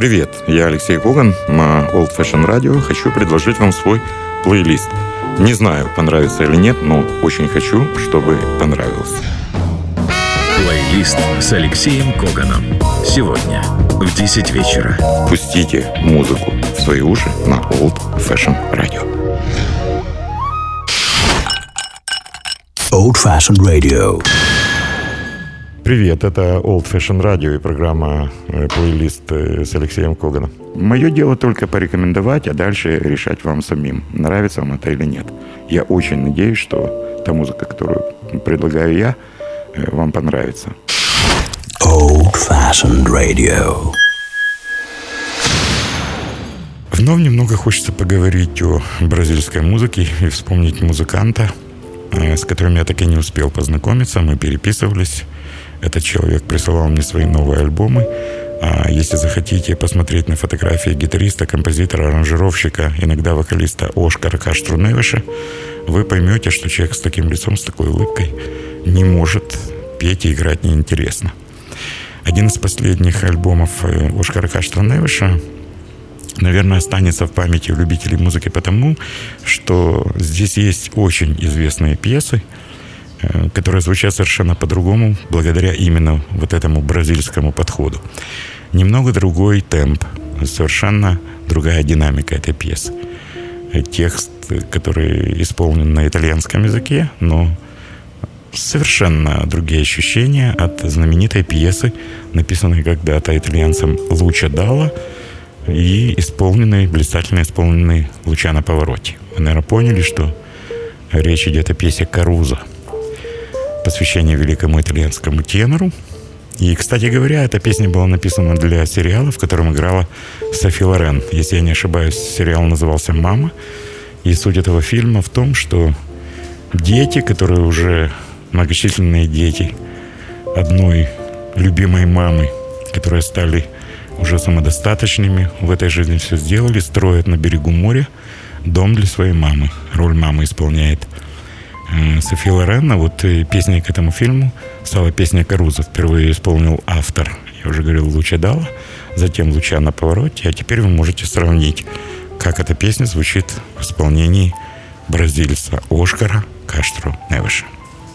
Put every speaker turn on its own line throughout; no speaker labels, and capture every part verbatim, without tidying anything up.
Привет, я Алексей Коган на Old Fashion Radio. Хочу предложить вам свой плейлист. Не знаю, понравится или нет, но очень хочу, чтобы понравилось.
Плейлист с Алексеем Коганом. Сегодня в десять вечера.
Пустите музыку в свои уши на Old Fashion Radio.
Old Fashion Radio.
Привет, это Old Fashion Radio и программа «Плейлист» с Алексеем Коганом. Мое дело только порекомендовать, а дальше решать вам самим, нравится вам это или нет. Я очень надеюсь, что та музыка, которую предлагаю я, вам понравится.
Old Fashion Radio.
Вновь немного хочется поговорить о бразильской музыке и вспомнить музыканта, с которым я так и не успел познакомиться. Мы переписывались. Этот человек присылал мне свои новые альбомы. А если захотите посмотреть на фотографии гитариста, композитора, аранжировщика, иногда вокалиста Оскара Каштру-Невеша, вы поймете, что человек с таким лицом, с такой улыбкой не может петь и играть неинтересно. Один из последних альбомов Оскара Каштру-Невеша, наверное, останется в памяти у любителей музыки потому, что здесь есть очень известные пьесы, которые звучат совершенно по-другому, благодаря именно вот этому бразильскому подходу. Немного другой темп, совершенно другая динамика этой пьесы. Текст, который исполнен на итальянском языке, но совершенно другие ощущения от знаменитой пьесы, написанной когда-то итальянцем Лучо Далла и исполненной, блистательно исполненной Лучано Паваротти. Вы, наверное, поняли, что речь идет о пьесе «Карузо», посвящение великому итальянскому тенору. И, кстати говоря, эта песня была написана для сериала, в котором играла Софи Лорен. Если я не ошибаюсь, сериал назывался «Мама». И суть этого фильма в том, что дети, которые уже многочисленные дети одной любимой мамы, которые стали уже самодостаточными, в этой жизни все сделали, строят на берегу моря дом для своей мамы. Роль мамы исполняет Софи Лорен. А вот песней к этому фильму стала песня «Карузо». Впервые исполнил автор, я уже говорил, Лучо Далла, затем Лучано Паваротти. А теперь вы можете сравнить, как эта песня звучит в исполнении бразильца Оскара Каштру-Невеша.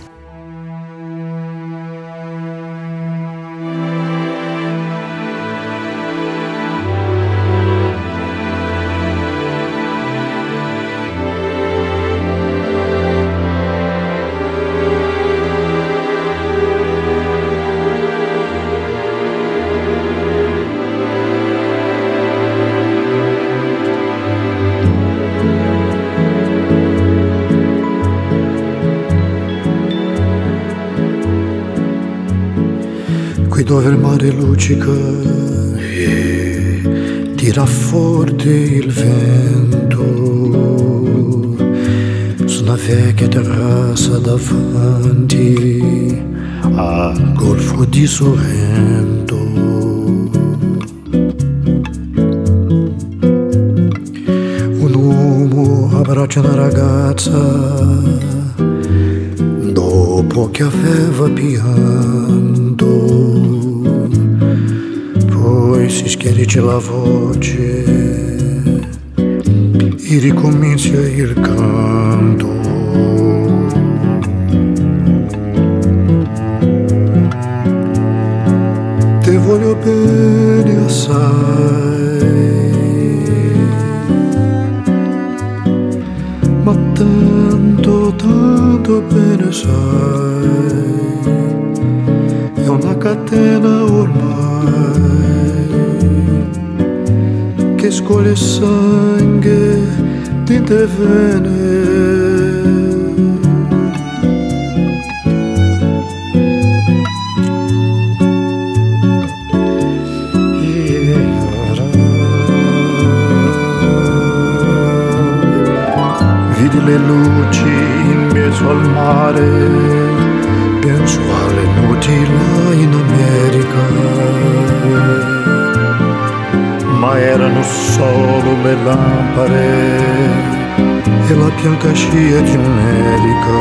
Dove il mare luccica e tira forte il vento su una vecchia terrazza davanti al golfo di Sorrento. Un uomo abbraccia una ragazza dopo che aveva pianto. Poi si schiarisce la voce e ricomincia il canto. Te voglio bene assai, ma tanto, tanto bene sai, è una catena ormai che scuole sangue di te vene. Vidi le luci in mezzo al mare, penso alle notti là in America, ma erano solo le lampade e la bianca scia di un'elica.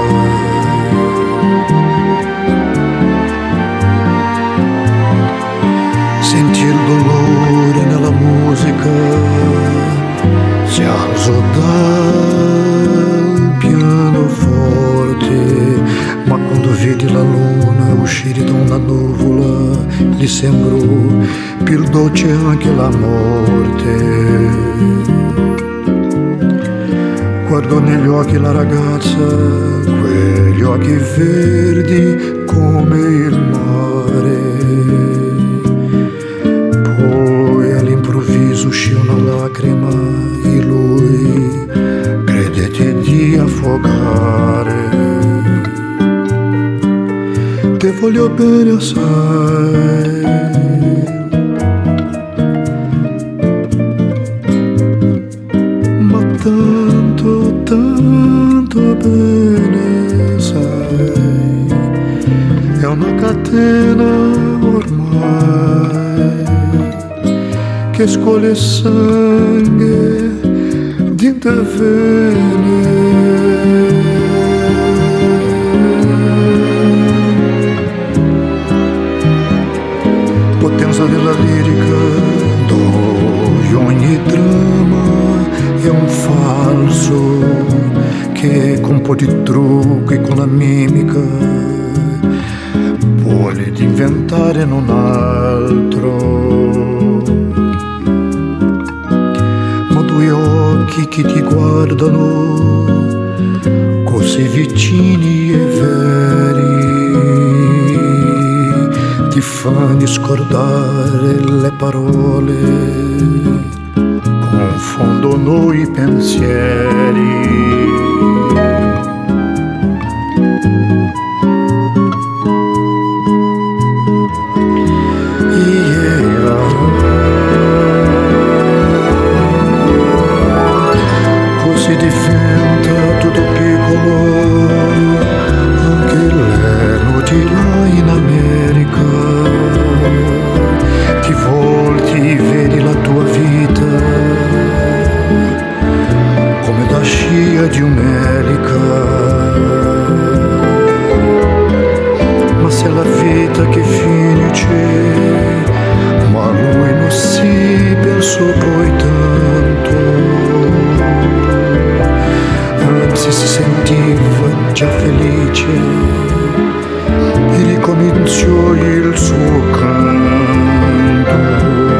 Senti il dolore nella mi sembrò più dolce anche la morte. Guardo negli occhi la ragazza, quegli occhi verdi come il mare. Poi all'improvviso uscì una lacrima e lui credette di affogare. Te voglio bene assai, ma tanto, tanto bene sai, è una catena ormai che scuole sangue di te vene. Potenza della lirica, dove ogni dramma è un falso che con un po' di trucco e con la mimica vuole diventare non altro. Ma due occhi che ti guardano così vicini e veri ti fanno scordare le parole, confondono i pensieri. Così diventa tutto piccolo, anche l'erno di là in America. Ti volti, vedi la tua vita come da scia di un'elica. Ma se la vita che finisce, ma lui non si pensò poi tanto, anzi si sentiva già felice e ricominciò il suo canto.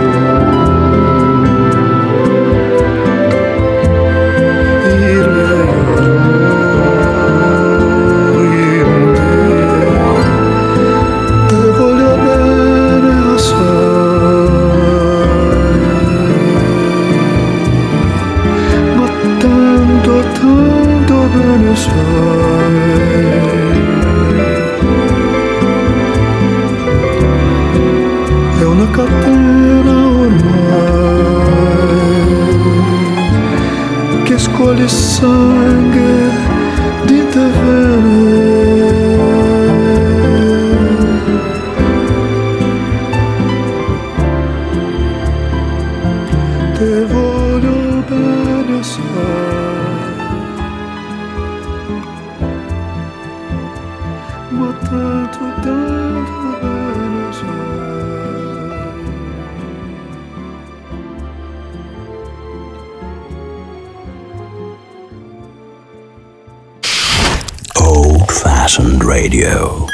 È una catena ormai che scuole sangue di te vene. Te voglio bene assai, ma tanto, tanto bene sai.
Old-fashioned radio.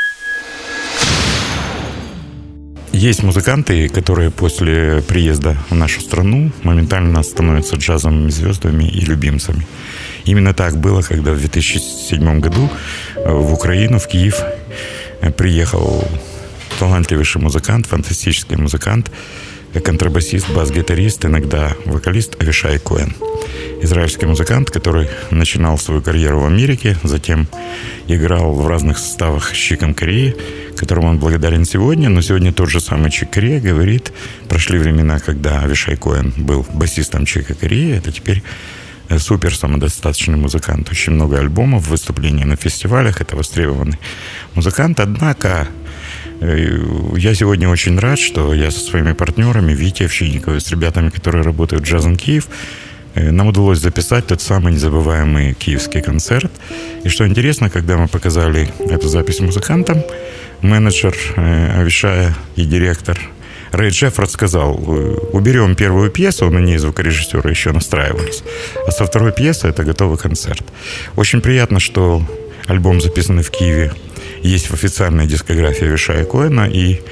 Есть музыканты, которые после приезда в нашу страну моментально становятся джазовыми звездами и любимцами. Именно так было, когда в две тысячи седьмом году в Украину, в Киев, приехал талантливейший музыкант, фантастический музыкант, контрабасист, бас-гитарист, иногда вокалист Авишай Коэн. Израильский музыкант, который начинал свою карьеру в Америке, затем играл в разных составах с Чиком Кореи, которому он благодарен сегодня. Но сегодня тот же самый Чик Корея говорит, прошли времена, когда Авишай Коэн был басистом Чика Кореи, это теперь супер самодостаточный музыкант. Очень много альбомов, выступлений на фестивалях, это востребованный музыкант. Однако я сегодня очень рад, что я со своими партнерами, Витей Овчинниковым, с ребятами, которые работают в Jazz and Kyiv, нам удалось записать тот самый незабываемый киевский концерт. И что интересно, когда мы показали эту запись музыкантам, менеджер Авишая и директор Рэй Джеффорд сказал: уберем первую пьесу, на ней звукорежиссеры еще настраивались, а со второй пьесы это готовый концерт. Очень приятно, что альбом, записанный в Киеве, есть в официальной дискографии Авишая Коэна, и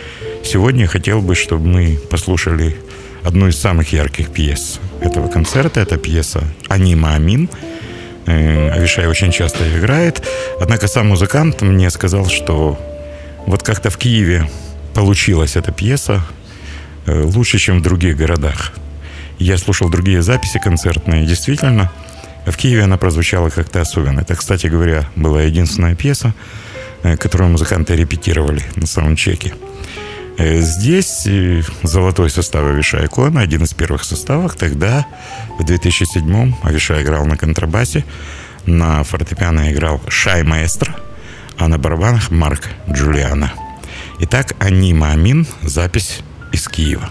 Сегодня я хотел бы, чтобы мы послушали одну из самых ярких пьес этого концерта. Это пьеса «Анима Амин». Авишай очень часто ее играет. Однако сам музыкант мне сказал, что вот как-то в Киеве получилась эта пьеса лучше, чем в других городах. Я слушал другие записи концертные. Действительно, в Киеве она прозвучала как-то особенно. Это, кстати говоря, была единственная пьеса, которую музыканты репетировали на саундчеке. Здесь золотой состав Авишая Коэна, один из первых составов. Тогда, в две тысячи седьмом, Авишай играл на контрабасе, на фортепиано играл Шай Маэстро, а на барабанах Марк Джулиано. Итак, «Анима Амин», запись из Киева.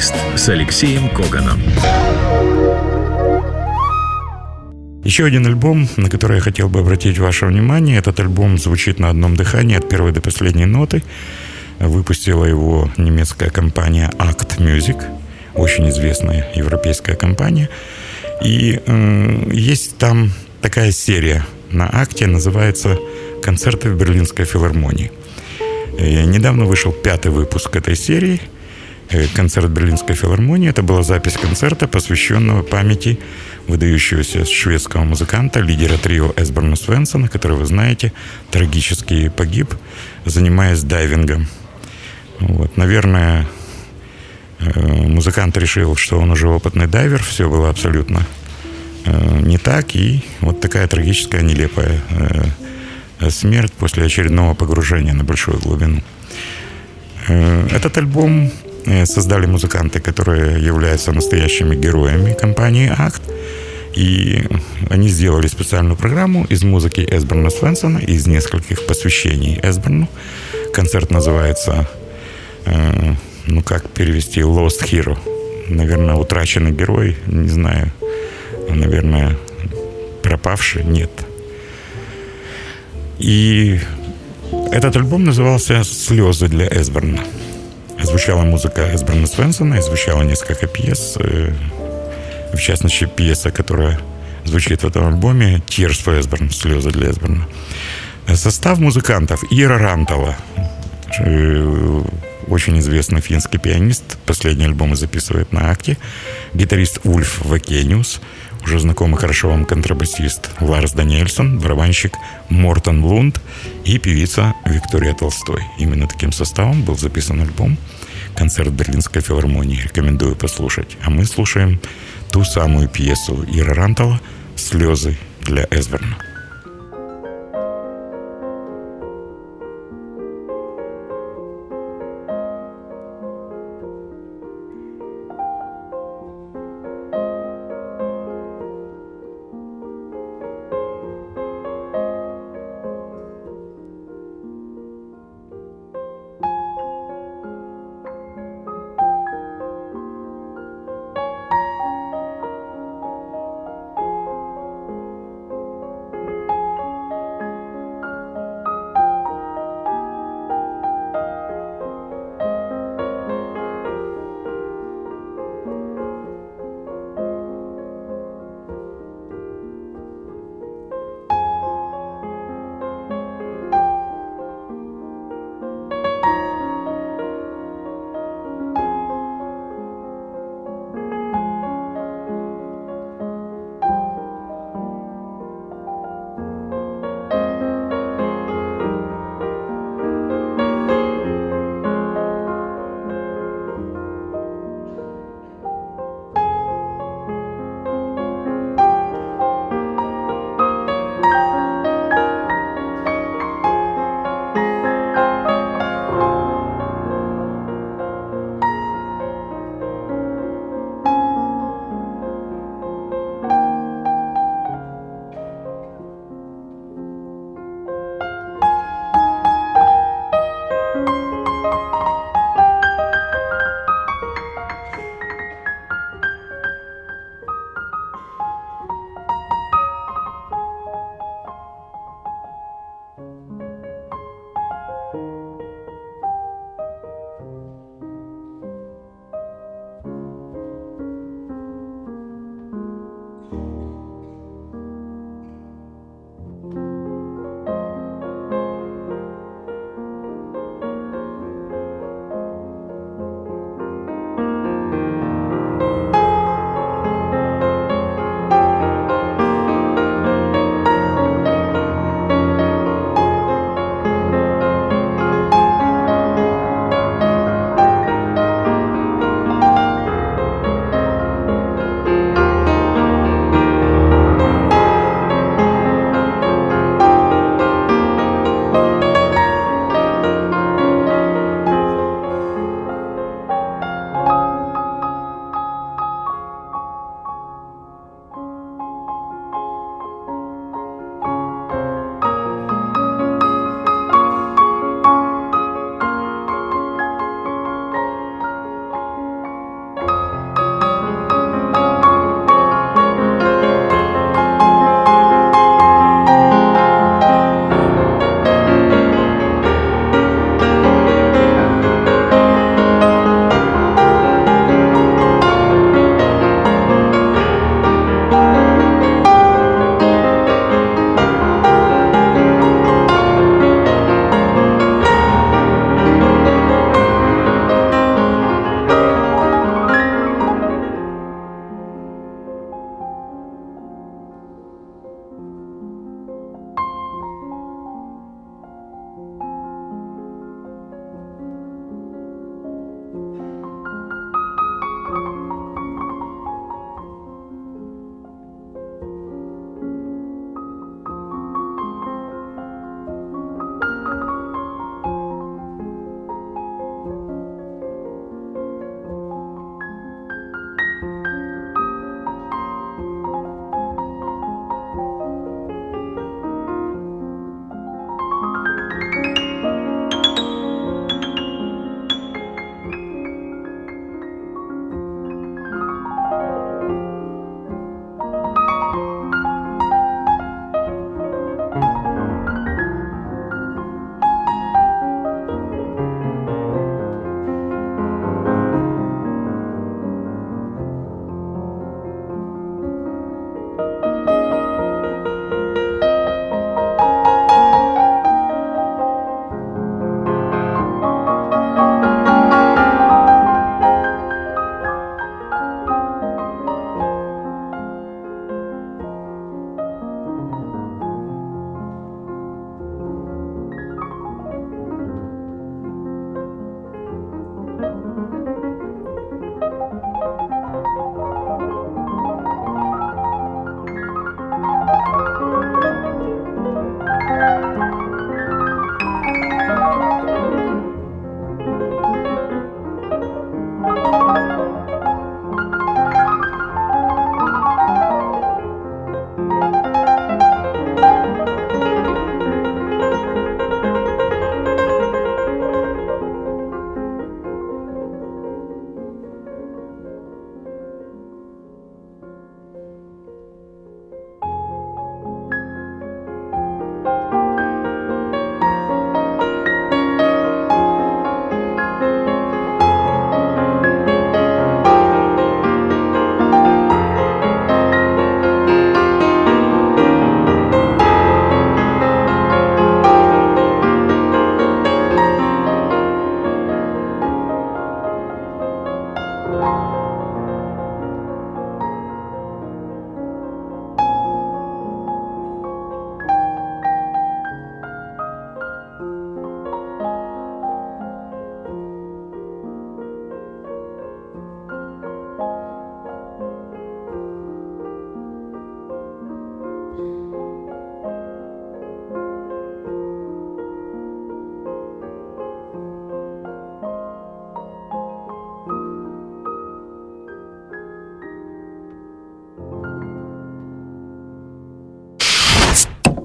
Плейлист с Алексеем Коганом.
Еще один альбом, на который я хотел бы обратить ваше внимание. Этот альбом звучит на одном дыхании от первой до последней ноты. Выпустила его немецкая компания Act Music, очень известная европейская компания. И э, есть там такая серия на Акте, называется «Концерты в Берлинской филармонии». И недавно вышел пятый выпуск этой серии. Концерт Берлинской филармонии. Это была запись концерта, посвященного памяти выдающегося шведского музыканта, лидера трио Эсберна Свенсона, который, вы знаете, трагически погиб, занимаясь дайвингом. Вот. Наверное, музыкант решил, что он уже опытный дайвер, все было абсолютно не так, и вот такая трагическая, нелепая смерть после очередного погружения на большую глубину. Этот альбом создали музыканты, которые являются настоящими героями компании Act. И они сделали специальную программу из музыки Эсберна Свенсона, из нескольких посвящений Эсберну. Концерт называется, э, ну как перевести, Lost Hero. Наверное, утраченный герой, не знаю. Наверное, пропавший, нет. И этот альбом назывался «Слезы для Эсберна». Звучала музыка Эсберна Свенсона, и звучало несколько пьес. В частности, пьеса, которая звучит в этом альбоме, «Tears for Esbern», «Слезы для Эсберна». Состав музыкантов: Ира Рантала, очень известный финский пианист, последние альбомы записывает на Акте, гитарист Ульф Вакениус, уже знакомый хорошо вам контрабасист Ларс Даниэльсон, барабанщик Мортен Лунд и певица Виктория Толстой. Именно таким составом был записан альбом «Концерт Берлинской филармонии». Рекомендую послушать. А мы слушаем ту самую пьесу Ира Рантала «Слезы для Эсберна».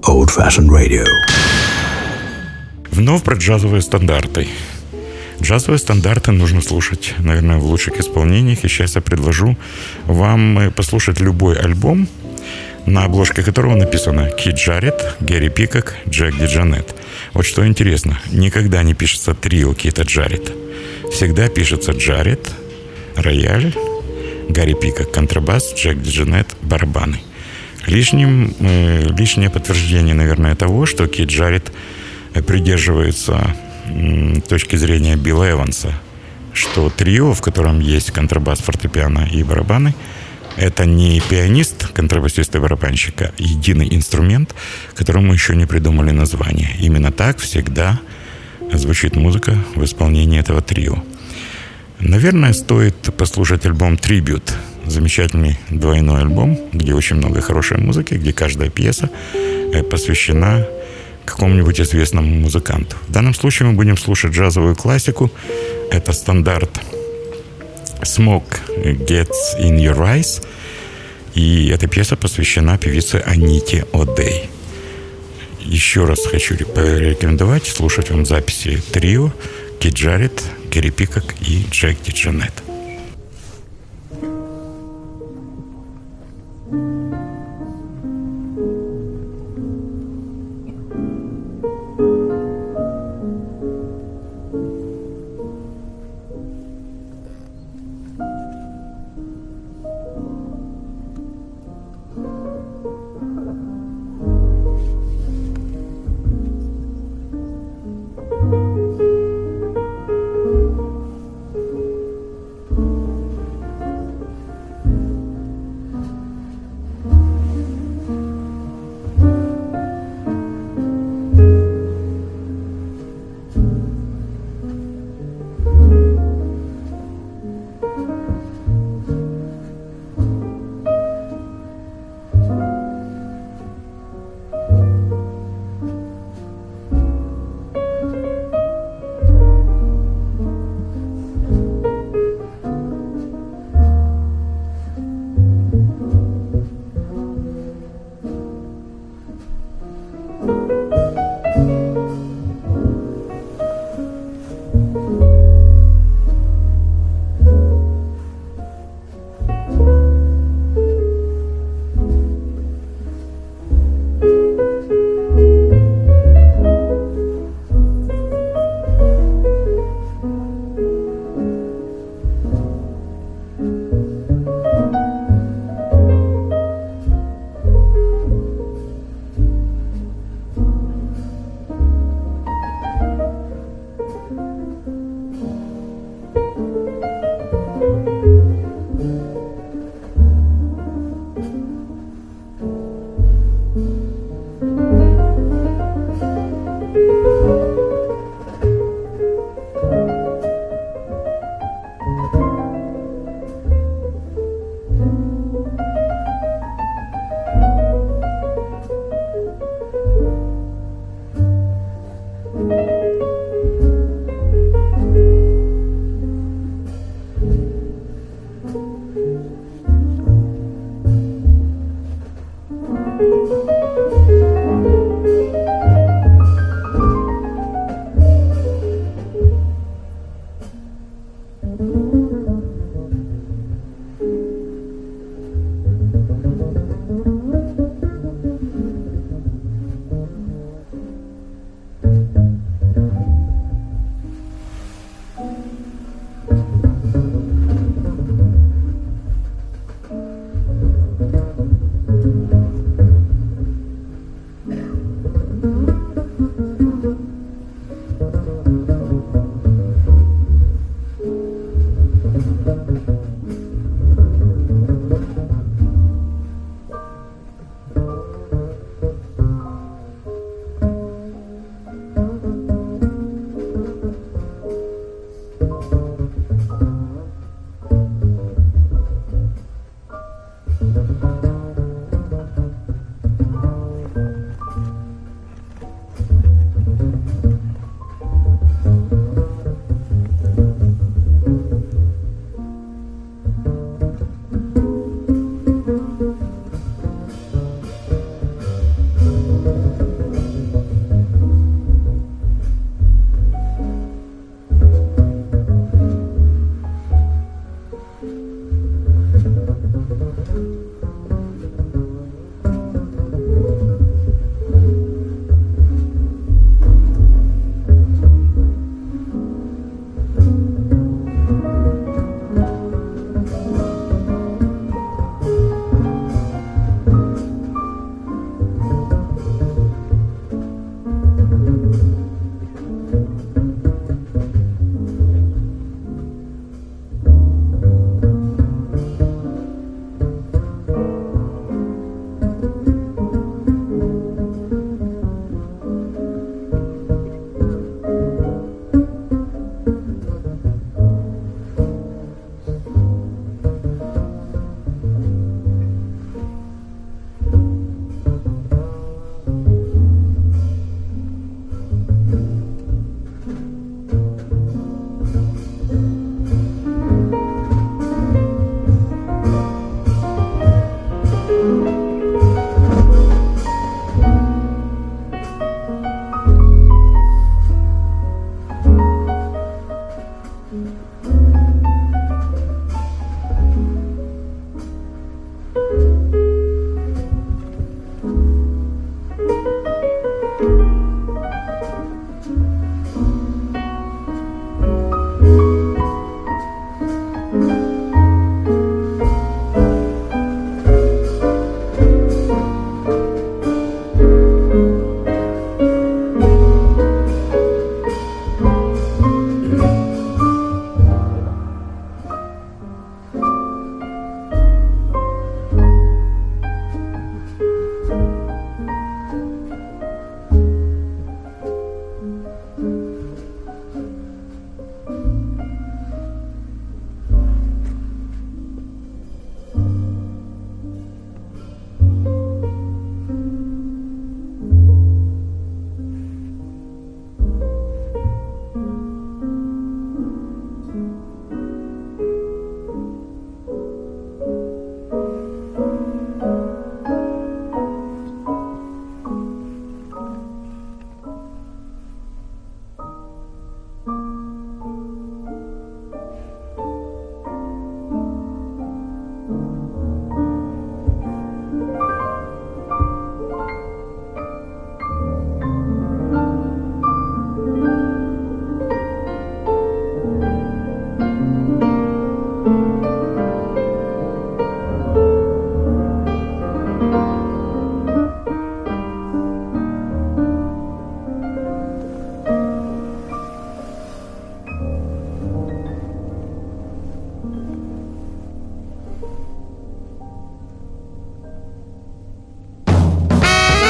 Old Fashioned Radio.
Вновь про джазовые стандарты. Джазовые стандарты нужно слушать, наверное, в лучших исполнениях. И сейчас я предложу вам послушать любой альбом, на обложке которого написано Кит Джарретт, Гэри Пикок, Джек Диджонет. Вот что интересно, никогда не пишется трио Кита Джарретта. Всегда пишется Джарретт, рояль, Гэри Пикок, контрабас, Джек Диджонет, барабаны. Лишним, э, лишнее подтверждение, наверное, того, что Кит Джарретт придерживается э, точки зрения Билла Эванса, что трио, в котором есть контрабас, фортепиано и барабаны, это не пианист, контрабасист и барабанщик, а единый инструмент, которому еще не придумали название. Именно так всегда звучит музыка в исполнении этого трио. Наверное, стоит послушать альбом «Tribute». Замечательный двойной альбом, где очень много хорошей музыки, где каждая пьеса посвящена какому-нибудь известному музыканту. В данном случае мы будем слушать джазовую классику. Это стандарт «Smoke Gets in Your Eyes». И эта пьеса посвящена певице Аните О'Дей. Еще раз хочу порекомендовать слушать вам записи трио Кит Джарретт, Гэри Пикок и Джек Диджонет.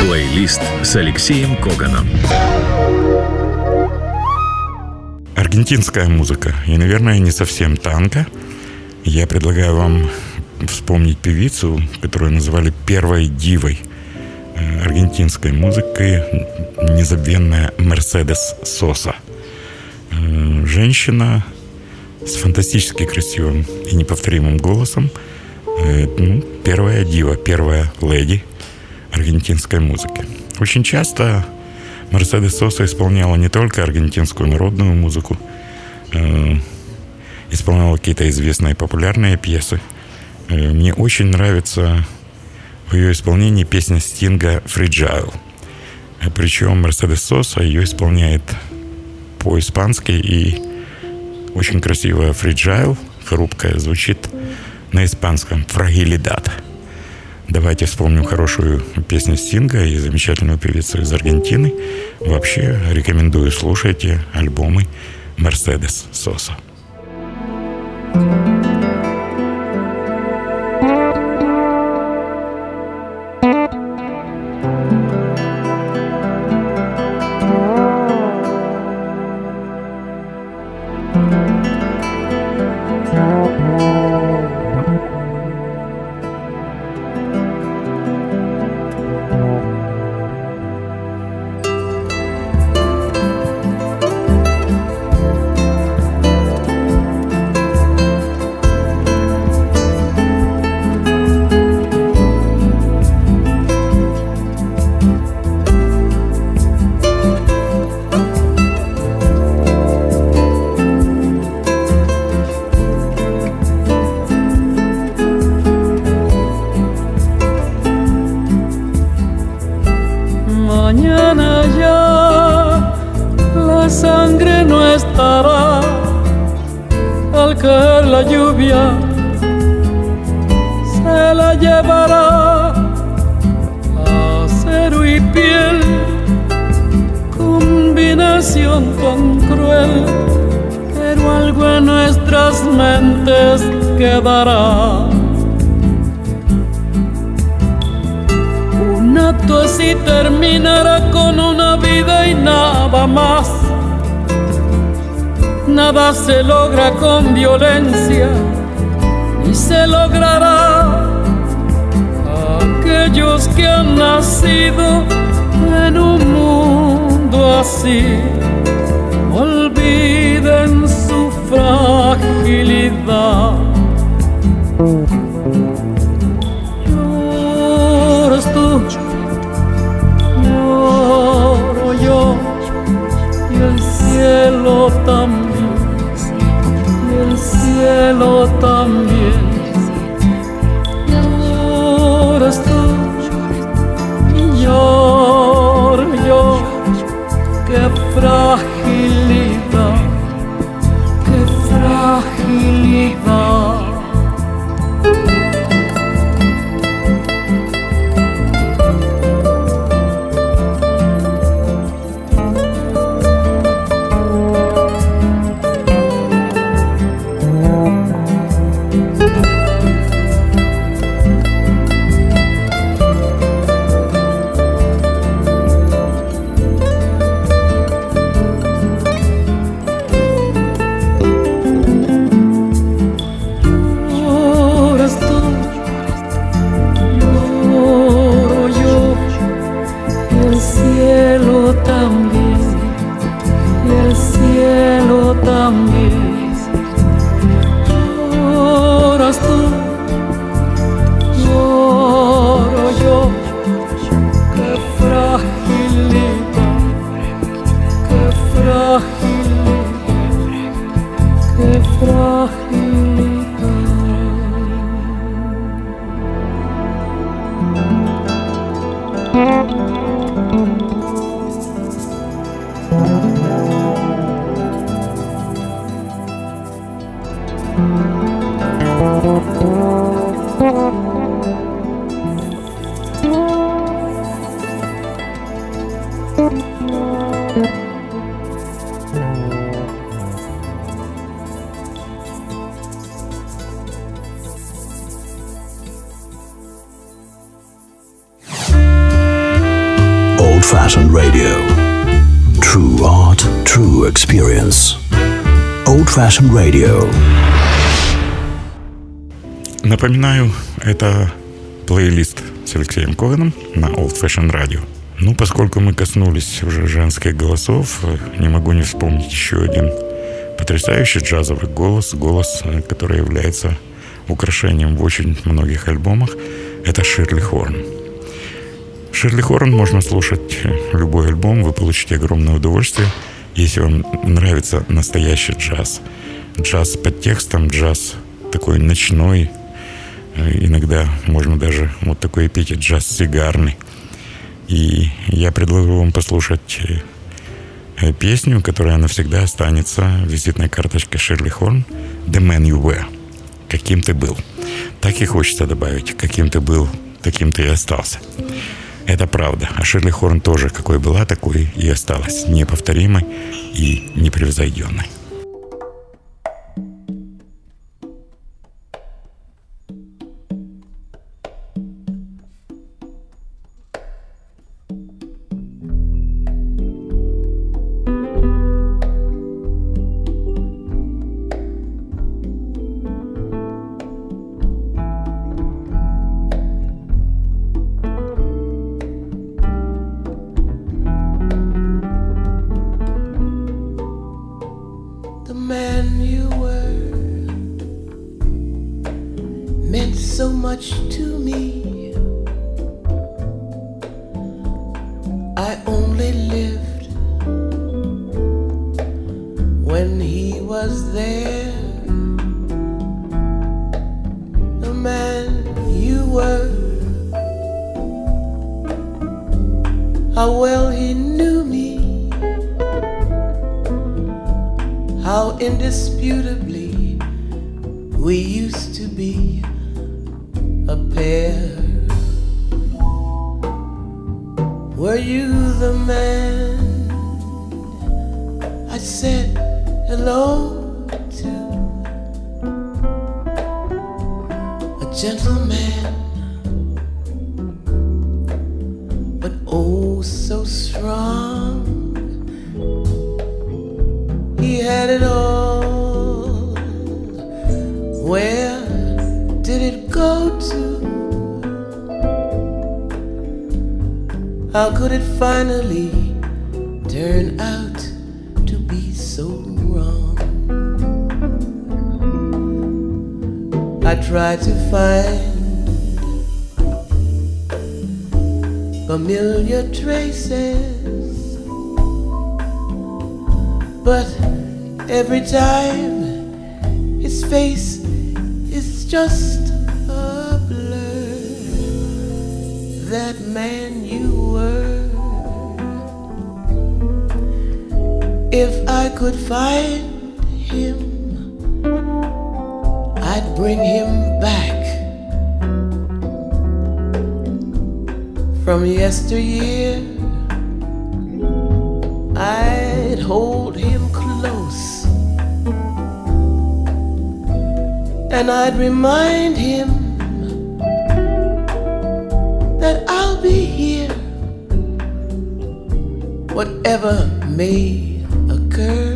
Плейлист с Алексеем Коганом.
Аргентинская музыка. И, наверное, не совсем танго. Я предлагаю вам вспомнить певицу, которую называли первой дивой аргентинской музыки, незабвенная Мерседес Соса. Женщина с фантастически красивым и неповторимым голосом. Ну, первая дива, первая леди аргентинской музыки. Очень часто Мерседес Соса исполняла не только аргентинскую народную музыку, э, исполняла какие-то известные популярные пьесы. Э, мне очень нравится в ее исполнении песня Стинга «Fragile». Причем Мерседес Соса ее исполняет по-испански, и очень красивая «Fragile», хрупкая, звучит на испанском «Fragilidad». Давайте вспомним хорошую песню Стинга и замечательную певицу из Аргентины. Вообще рекомендую, слушайте альбомы Мерседес Соса.
Tan cruel, pero algo en nuestras mentes quedará. Un acto así terminará con una vida y nada más. Nada se logra con violencia, ni se logrará. Aquellos que han nacido en un mundo así, olviden su fragilidad. Lloras tú, lloro yo, y el cielo también, y el cielo también. Lloras tú, y lloro yo, qué fragilidad, qué fragilidad.
Old-fashioned radio. True art, true experience. Old-fashioned radio.
Напоминаю, это плейлист с Алексеем Коганом на Old Fashion Radio. Ну, поскольку мы коснулись уже женских голосов, не могу не вспомнить еще один потрясающий джазовый голос, голос, который является украшением в очень многих альбомах. Это Ширли Хорн. Ширли Хорн можно слушать любой альбом, вы получите огромное удовольствие, если вам нравится настоящий джаз. Джаз под текстом, джаз такой ночной, иногда можно даже вот такой эпитет джаз сигарный. И я предложу вам послушать песню, которая навсегда останется визитной карточкой Ширли Хорн, «The Man You Were», «Каким ты был». Так и хочется добавить, каким ты был, таким ты и остался. Это правда. А Ширли Хорн тоже какой была, такой и осталась. Неповторимой и непревзойденной.
How could it finally turn out to be so wrong? I tried to find familiar traces, but every time his face is just a blur. That man you were. If I could find him, I'd bring him back from yesteryear. I'd hold him close and I'd remind him that I'll be here, whatever may occur,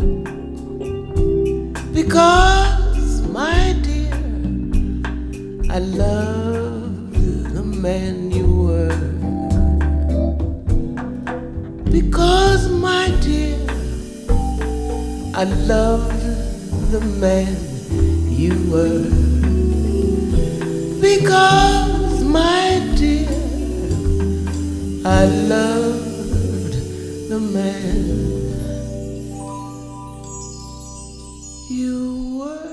because, my dear, I love the man you were. Because, my dear, I love the man you were. Because, my dear, I loved the man you were.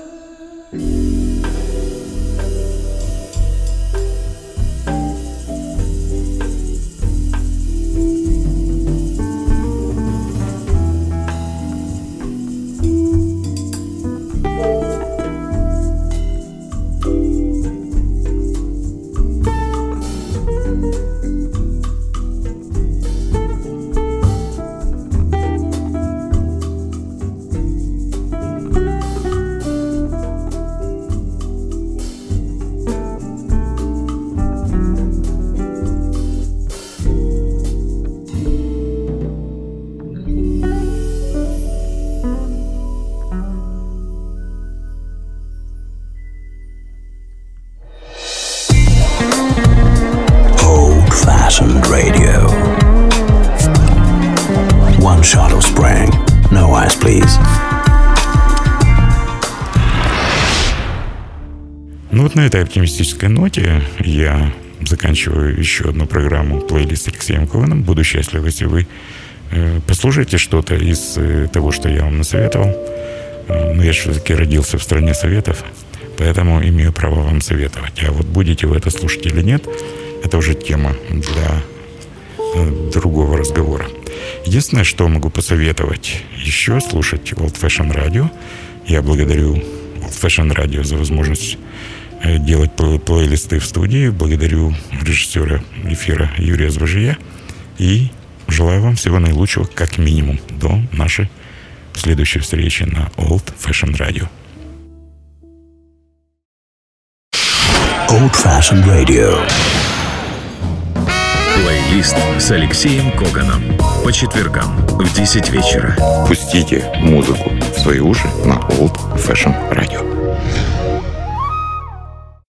Radio. One shot of spring. No ice, please.
Ну вот на этой оптимистической ноте я заканчиваю еще одну программу «Плейлист» с Алексеем Коганом. Буду счастлив, если вы э, послушаете что-то из э, того, что я вам насоветовал. Э, но я же все-таки родился в стране советов, поэтому имею право вам советовать. А вот будете вы это слушать или нет, это уже тема для э, другого разговора. Единственное, что могу посоветовать еще слушать Old Fashion Radio. Я благодарю Old Fashion Radio за возможность делать плей- плейлисты в студии. Благодарю режиссера эфира Юрия Зважия. И желаю вам всего наилучшего, как минимум, до нашей следующей встречи на Old Fashion Radio.
Old Fashion Radio.
Плейлист с Алексеем Коганом. По четвергам в десять вечера.
Пустите музыку в свои уши на Old Fashion Radio.